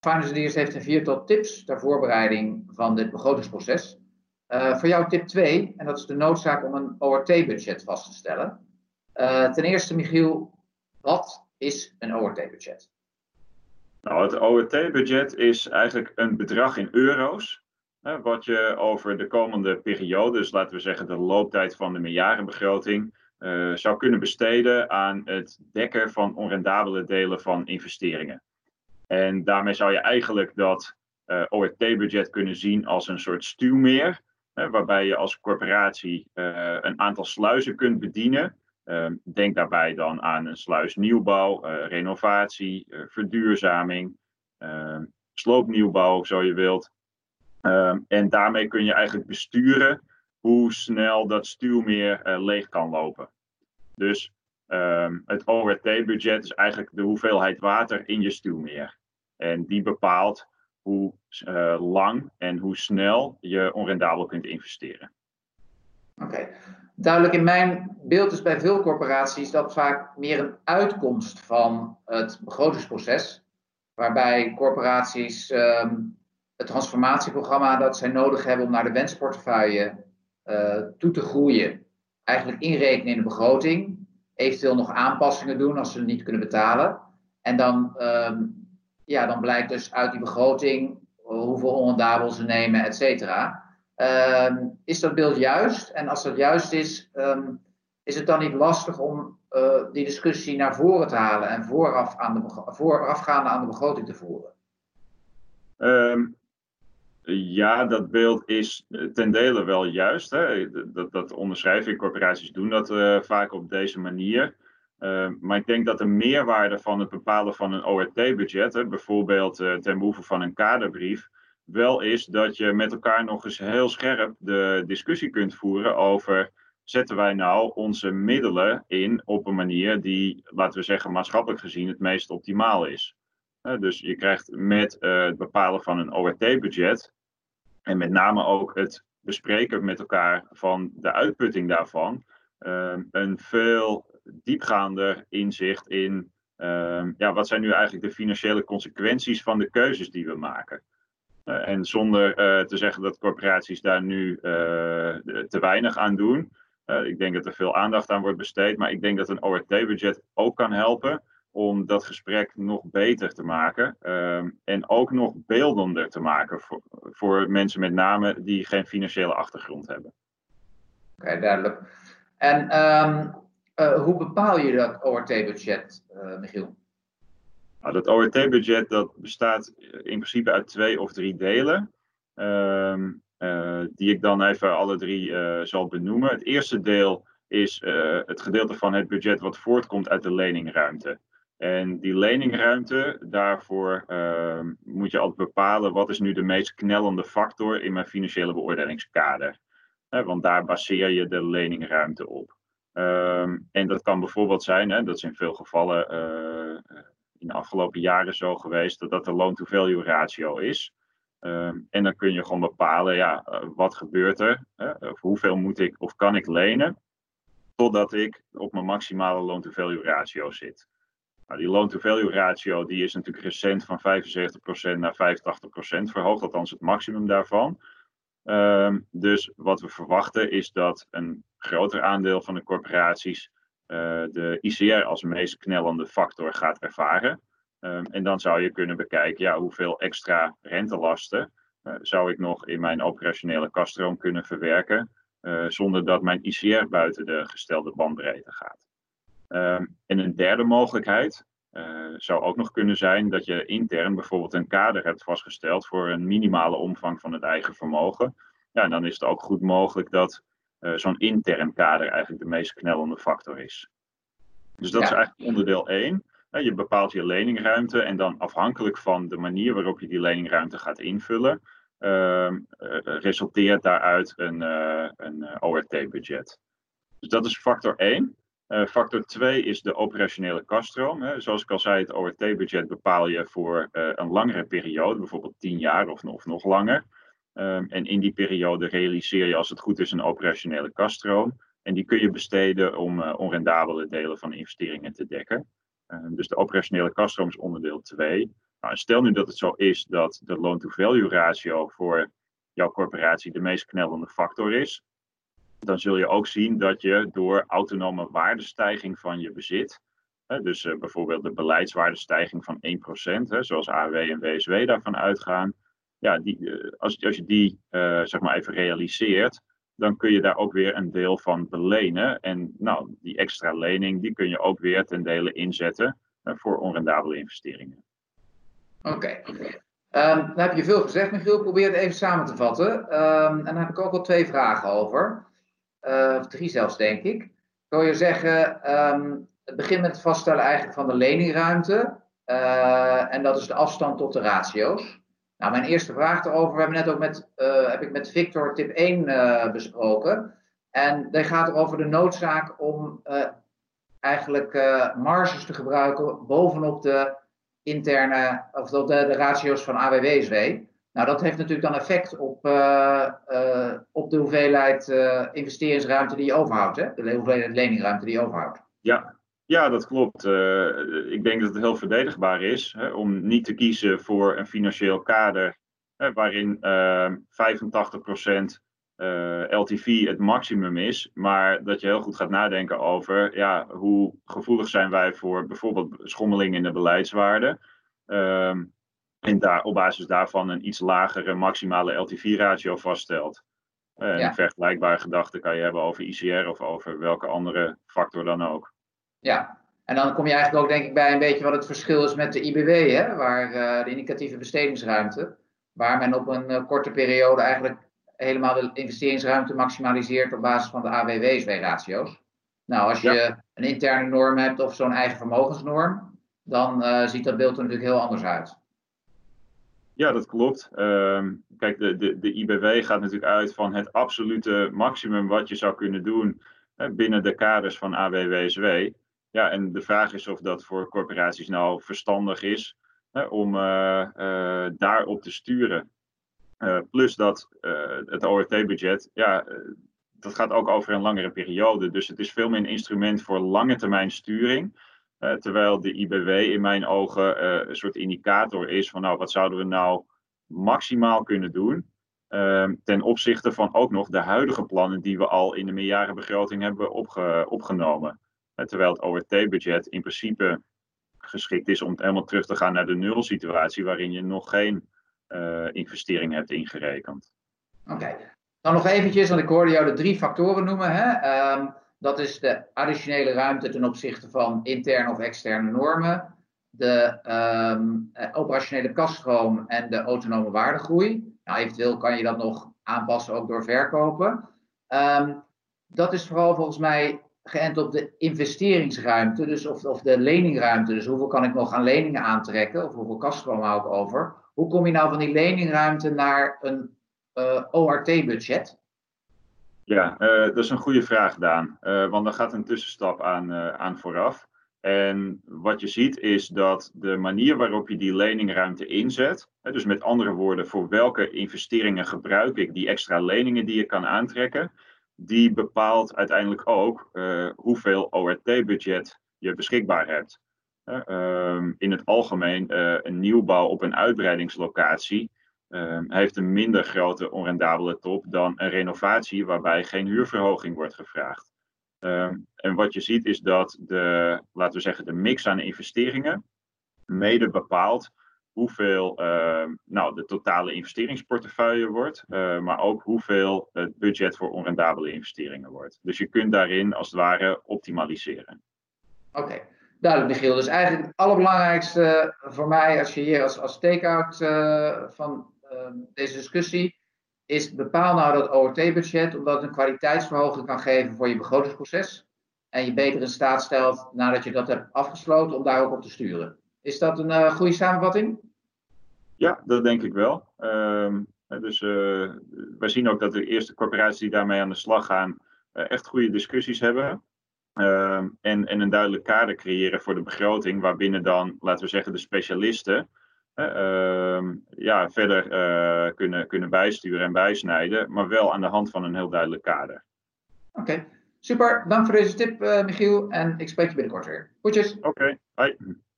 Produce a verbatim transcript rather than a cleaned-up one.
Finance Leaders heeft een viertal tips ter voorbereiding van dit begrotingsproces. Uh, voor jou tip twee, en dat is de noodzaak om een O R T-budget vast te stellen. Uh, ten eerste, Michiel, wat is een O R T-budget? Nou, het O R T-budget is eigenlijk een bedrag in euro's, hè, wat je over de komende periode, dus laten we zeggen de looptijd van de meerjarenbegroting, uh, zou kunnen besteden aan het dekken van onrendabele delen van investeringen. En daarmee zou je eigenlijk dat uh, O R T-budget kunnen zien als een soort stuwmeer, hè, waarbij je als corporatie uh, een aantal sluizen kunt bedienen. Uh, denk daarbij dan aan een sluisnieuwbouw, uh, renovatie, uh, verduurzaming, uh, sloopnieuwbouw, zo je wilt. Uh, en daarmee kun je eigenlijk besturen hoe snel dat stuwmeer uh, leeg kan lopen. Dus uh, het O R T-budget is eigenlijk de hoeveelheid water in je stuwmeer. En die bepaalt hoe uh, lang en hoe snel je onrendabel kunt investeren. Oké. Okay. Duidelijk, in mijn beeld is bij veel corporaties dat vaak meer een uitkomst van het begrotingsproces. Waarbij corporaties um, het transformatieprogramma dat zij nodig hebben om naar de wensportefeuille uh, toe te groeien, eigenlijk inrekenen in de begroting. Eventueel nog aanpassingen doen als ze het niet kunnen betalen. En dan, um, ja, dan blijkt dus uit die begroting hoeveel onrendabel ze nemen, et cetera. Um, is dat beeld juist? En als dat juist is, um, is het dan niet lastig om uh, die discussie naar voren te halen en vooraf aan de, voorafgaande aan de begroting te voeren? Um, ja, dat beeld is ten dele wel juist. Hè? Dat, dat onderschrijf ik. Corporaties doen dat uh, vaak op deze manier. Uh, maar ik denk dat de meerwaarde van het bepalen van een O R T-budget, bijvoorbeeld uh, ten behoeve van een kaderbrief, wel is dat je met elkaar nog eens heel scherp de discussie kunt voeren over: zetten wij nou onze middelen in op een manier die, laten we zeggen, maatschappelijk gezien het meest optimaal is. Uh, dus je krijgt met uh, het bepalen van een O R T-budget en met name ook het bespreken met elkaar van de uitputting daarvan uh, een veel diepgaander inzicht in uh, ja, wat zijn nu eigenlijk de financiële consequenties van de keuzes die we maken. Uh, en zonder uh, te zeggen dat corporaties daar nu uh, te weinig aan doen. Uh, ik denk dat er veel aandacht aan wordt besteed. Maar ik denk dat een O R T-budget ook kan helpen om dat gesprek nog beter te maken. Uh, en ook nog beeldender te maken voor, voor mensen met name die geen financiële achtergrond hebben. Oké, okay, duidelijk. En um, uh, hoe bepaal je dat O R T-budget, uh, Michiel? Nou, dat O R T-budget dat bestaat in principe uit twee of drie delen, uh, uh, die ik dan even alle drie uh, zal benoemen. Het eerste deel is uh, het gedeelte van het budget wat voortkomt uit de leningruimte. En die leningruimte, daarvoor uh, moet je altijd bepalen wat is nu de meest knellende factor in mijn financiële beoordelingskader. Uh, want daar baseer je de leningruimte op. Uh, en dat kan bijvoorbeeld zijn, hè, dat is in veel gevallen uh, in de afgelopen jaren zo geweest, dat dat de loan-to-value ratio is. Um, en dan kun je gewoon bepalen, ja, uh, wat gebeurt er? Uh, of hoeveel moet ik of kan ik lenen, totdat ik op mijn maximale loan-to-value ratio zit. Nou, die loan-to-value ratio die is natuurlijk recent van vijfenzeventig procent naar vijfentachtig procent verhoogd, althans het maximum daarvan. Um, dus wat we verwachten is dat een groter aandeel van de corporaties uh, de I C R als meest knellende factor gaat ervaren. Um, en dan zou je kunnen bekijken, ja, hoeveel extra rentelasten uh, zou ik nog in mijn operationele kasstroom kunnen verwerken, uh, zonder dat mijn I C R buiten de gestelde bandbreedte gaat. Um, en een derde mogelijkheid uh, zou ook nog kunnen zijn dat je intern bijvoorbeeld een kader hebt vastgesteld voor een minimale omvang van het eigen vermogen. Ja, en dan is het ook goed mogelijk dat uh, zo'n intern kader eigenlijk de meest knellende factor is. Dus dat ja. is eigenlijk onderdeel één. Uh, je bepaalt je leningruimte en dan afhankelijk van de manier waarop je die leningruimte gaat invullen, uh, uh, resulteert daaruit een, uh, een uh, O R T-budget. Dus dat is factor één. Uh, factor twee is de operationele kasstroom. Hè. Zoals ik al zei, het O R T-budget bepaal je voor uh, een langere periode, bijvoorbeeld tien jaar of, of nog langer. Um, en in die periode realiseer je, als het goed is, een operationele kasstroom. En die kun je besteden om uh, onrendabele delen van investeringen te dekken. Uh, dus de operationele kasstroom is onderdeel twee. Nou, stel nu dat het zo is dat de loan-to-value ratio voor jouw corporatie de meest knellende factor is. Dan zul je ook zien dat je door autonome waardestijging van je bezit, hè, dus uh, bijvoorbeeld de beleidswaardestijging van één procent, hè, zoals A W en W S W daarvan uitgaan, ja, die, uh, als, als je die uh, zeg maar even realiseert, dan kun je daar ook weer een deel van belenen. En nou, die extra lening die kun je ook weer ten dele inzetten uh, voor onrendabele investeringen. Oké. Okay. Um, dan heb je veel gezegd, Michiel. Probeer het even samen te vatten. Um, en daar heb ik ook wel twee vragen over. Uh, of drie zelfs, denk ik. Ik wil je zeggen, um, het begint met het vaststellen eigenlijk van de leningruimte. Uh, en dat is de afstand tot de ratio's. Nou, mijn eerste vraag daarover, we hebben net ook met, uh, heb ik met Victor tip één uh, besproken. En die gaat er over de noodzaak om uh, eigenlijk uh, marges te gebruiken bovenop de interne, of de, de ratio's van A W W S W. Nou, dat heeft natuurlijk dan effect op, uh, uh, op de hoeveelheid uh, investeringsruimte die je overhoudt, hè? De hoeveelheid leningruimte die je overhoudt. Ja, ja dat klopt. Uh, ik denk dat het heel verdedigbaar is hè, om niet te kiezen voor een financieel kader hè, waarin uh, vijfentachtig procent uh, L T V het maximum is, maar dat je heel goed gaat nadenken over ja, hoe gevoelig zijn wij voor bijvoorbeeld schommelingen in de beleidswaarde. Uh, En daar, op basis daarvan een iets lagere maximale L T V-ratio vaststelt. Uh, en ja. Een vergelijkbare gedachte kan je hebben over I C R of over welke andere factor dan ook. Ja, en dan kom je eigenlijk ook denk ik bij een beetje wat het verschil is met de I B W, hè? Waar uh, de indicatieve bestedingsruimte, waar men op een uh, korte periode eigenlijk helemaal de investeringsruimte maximaliseert op basis van de A W W S W-ratio's. Nou, als je ja. een interne norm hebt of zo'n eigen vermogensnorm, dan uh, ziet dat beeld er natuurlijk heel anders uit. Ja, dat klopt. Uh, kijk, de, de, de I B W gaat natuurlijk uit van het absolute maximum wat je zou kunnen doen hè, binnen de kaders van A W W S W. Ja, en de vraag is of dat voor corporaties nou verstandig is hè, om uh, uh, daarop te sturen. Uh, plus dat uh, het O R T-budget, ja, uh, dat gaat ook over een langere periode. Dus het is veel meer een instrument voor lange termijn sturing. Uh, terwijl de I B W in mijn ogen uh, een soort indicator is van nou, wat zouden we nou maximaal kunnen doen uh, ten opzichte van ook nog de huidige plannen die we al in de meerjarenbegroting hebben opge opgenomen. Uh, terwijl het O R T-budget in principe geschikt is om helemaal terug te gaan naar de nulsituatie waarin je nog geen uh, investering hebt ingerekend. Oké, okay. Dan nog eventjes, want ik hoorde jou de drie factoren noemen. Hè? Um... Dat is de additionele ruimte ten opzichte van interne of externe normen, de um, operationele kasststroom en de autonome waardegroei. Nou, eventueel kan je dat nog aanpassen ook door verkopen. Um, dat is vooral volgens mij geënt op de investeringsruimte, dus of, of de leningruimte. Dus hoeveel kan ik nog aan leningen aantrekken of hoeveel kasststroom hou ik over? Hoe kom je nou van die leningruimte naar een uh, O R T-budget? Ja, uh, dat is een goede vraag, Daan. Uh, want daar gaat een tussenstap aan, uh, aan vooraf. En wat je ziet is dat de manier waarop je die leningruimte inzet, hè, dus met andere woorden, voor welke investeringen gebruik ik die extra leningen die je kan aantrekken, die bepaalt uiteindelijk ook uh, hoeveel O R T-budget je beschikbaar hebt. Uh, um, in het algemeen, uh, een nieuwbouw op een uitbreidingslocatie Uh, heeft een minder grote onrendabele top dan een renovatie waarbij geen huurverhoging wordt gevraagd. Uh, en wat je ziet is dat de, laten we zeggen, de mix aan investeringen mede bepaalt hoeveel uh, nou, de totale investeringsportefeuille wordt, uh, maar ook hoeveel het budget voor onrendabele investeringen wordt. Dus je kunt daarin als het ware optimaliseren. Oké. Okay. Duidelijk, Michiel. Dus eigenlijk het allerbelangrijkste voor mij, als je hier als, als take-out uh, van uh, deze discussie, is bepaal nou dat O R T-budget, omdat het een kwaliteitsverhoging kan geven voor je begrotingsproces. En je beter in staat stelt, nadat je dat hebt afgesloten, om daar ook op te sturen. Is dat een uh, goede samenvatting? Ja, dat denk ik wel. Uh, dus uh, wij zien ook dat de eerste corporaties die daarmee aan de slag gaan, uh, echt goede discussies hebben. Uh, en, en een duidelijk kader creëren voor de begroting, waarbinnen dan, laten we zeggen, de specialisten uh, uh, ja, verder uh, kunnen, kunnen bijsturen en bijsnijden, maar wel aan de hand van een heel duidelijk kader. Oké, okay. Super. Dank voor deze tip, uh, Michiel. En ik spreek je binnenkort weer. Goedjes. Oké, okay. Hoi.